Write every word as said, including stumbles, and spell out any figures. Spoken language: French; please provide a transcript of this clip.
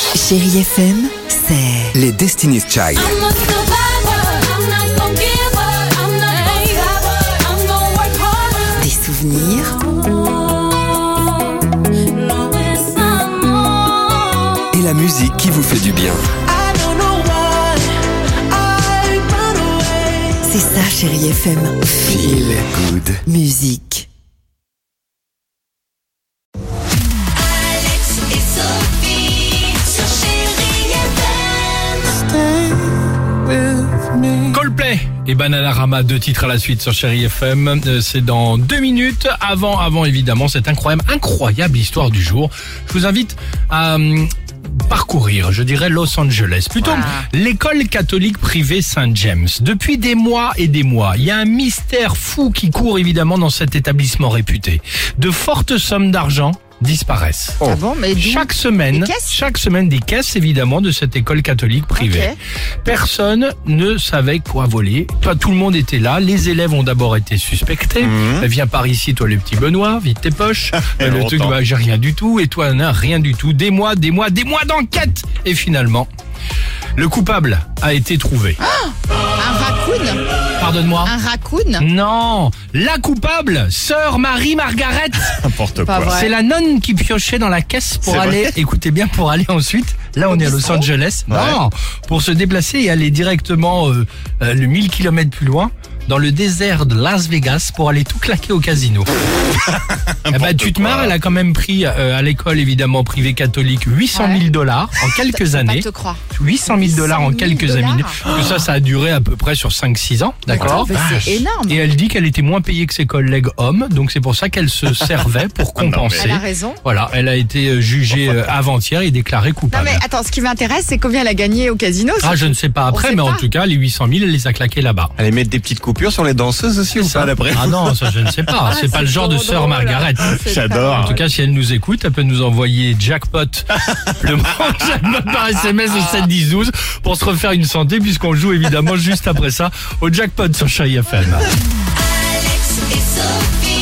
Chérie F M, c'est les Destiny's Child. des souvenirs Et la musique qui vous fait du bien. C'est ça, Chérie F M. Feel good. Musique. Alex et Sophie sur Chérie F M. Coldplay et Bananarama, deux titres à la suite sur Chérie F M. Euh, C'est dans deux minutes. Avant, avant évidemment, cette incroyable, incroyable histoire du jour. Je vous invite à hum, parcourir, je dirais, Los Angeles. Plutôt, l'école catholique privée Saint James. Depuis des mois et des mois, il y a un mystère fou qui court évidemment dans cet établissement réputé. De fortes sommes d'argent disparaissent. Ah bon, mais d'où? Chaque semaine, Des caisses chaque semaine des caisses évidemment de cette école catholique privée. Ok. Personne ne savait quoi voler. Pas tout le monde était là. Les élèves ont d'abord été suspectés. Mhm. Euh, Viens par ici, toi le petit Benoît, vide tes poches. Euh, le truc, bah, j'ai rien du tout. Et toi, non, rien du tout. Des mois, des mois, des mois d'enquête. Et finalement, le coupable a été trouvé. Un raccoon Pardonne-moi. Un raccoon Non, la coupable, sœur Marie-Margaret. N'importe Pas quoi. vrai. C'est la nonne qui piochait dans la caisse pour C'est aller, vrai écoutez bien, pour aller ensuite, là on est à Los bistrot Angeles, Ouais. non, pour se déplacer et aller directement euh, euh, le mille kilomètres plus loin, dans le désert de Las Vegas, pour aller tout claquer au casino. Eh ben, tu te quoi. marres, elle a quand même pris euh, à l'école évidemment privée catholique huit cent mille dollars en quelques Faut années. pas te croire. huit cent mille dollars en huit cent mille quelques années. dollars. Parce que ça, ça a duré à peu près sur cinq six ans, d'accord? Mais c'est énorme. Et elle dit qu'elle était moins payée que ses collègues hommes, donc c'est pour ça qu'elle se servait pour Ah non, mais- compenser. Elle a raison. Voilà, elle a été euh, jugée euh, avant-hier et déclarée Non coupable. mais attends, ce qui m'intéresse, c'est combien elle a gagné au casino. Ah, je ne sais pas après, sait mais en pas. tout cas, les huit cent mille, elle les a claqués là-bas. Allez mettre des petites coupures sur les danseuses aussi ou Ça. pas d'après? Ah non, ça je ne sais pas. c'est pas le genre de trop sœur drôle. Margaret. C'est J'adore. En tout cas, si elle nous écoute, elle peut nous envoyer jackpot, le mot jackpot par S M S au sept dix douze pour se refaire une santé, puisqu'on joue évidemment juste après ça au jackpot sur Chérie F M. Alex et Sophie.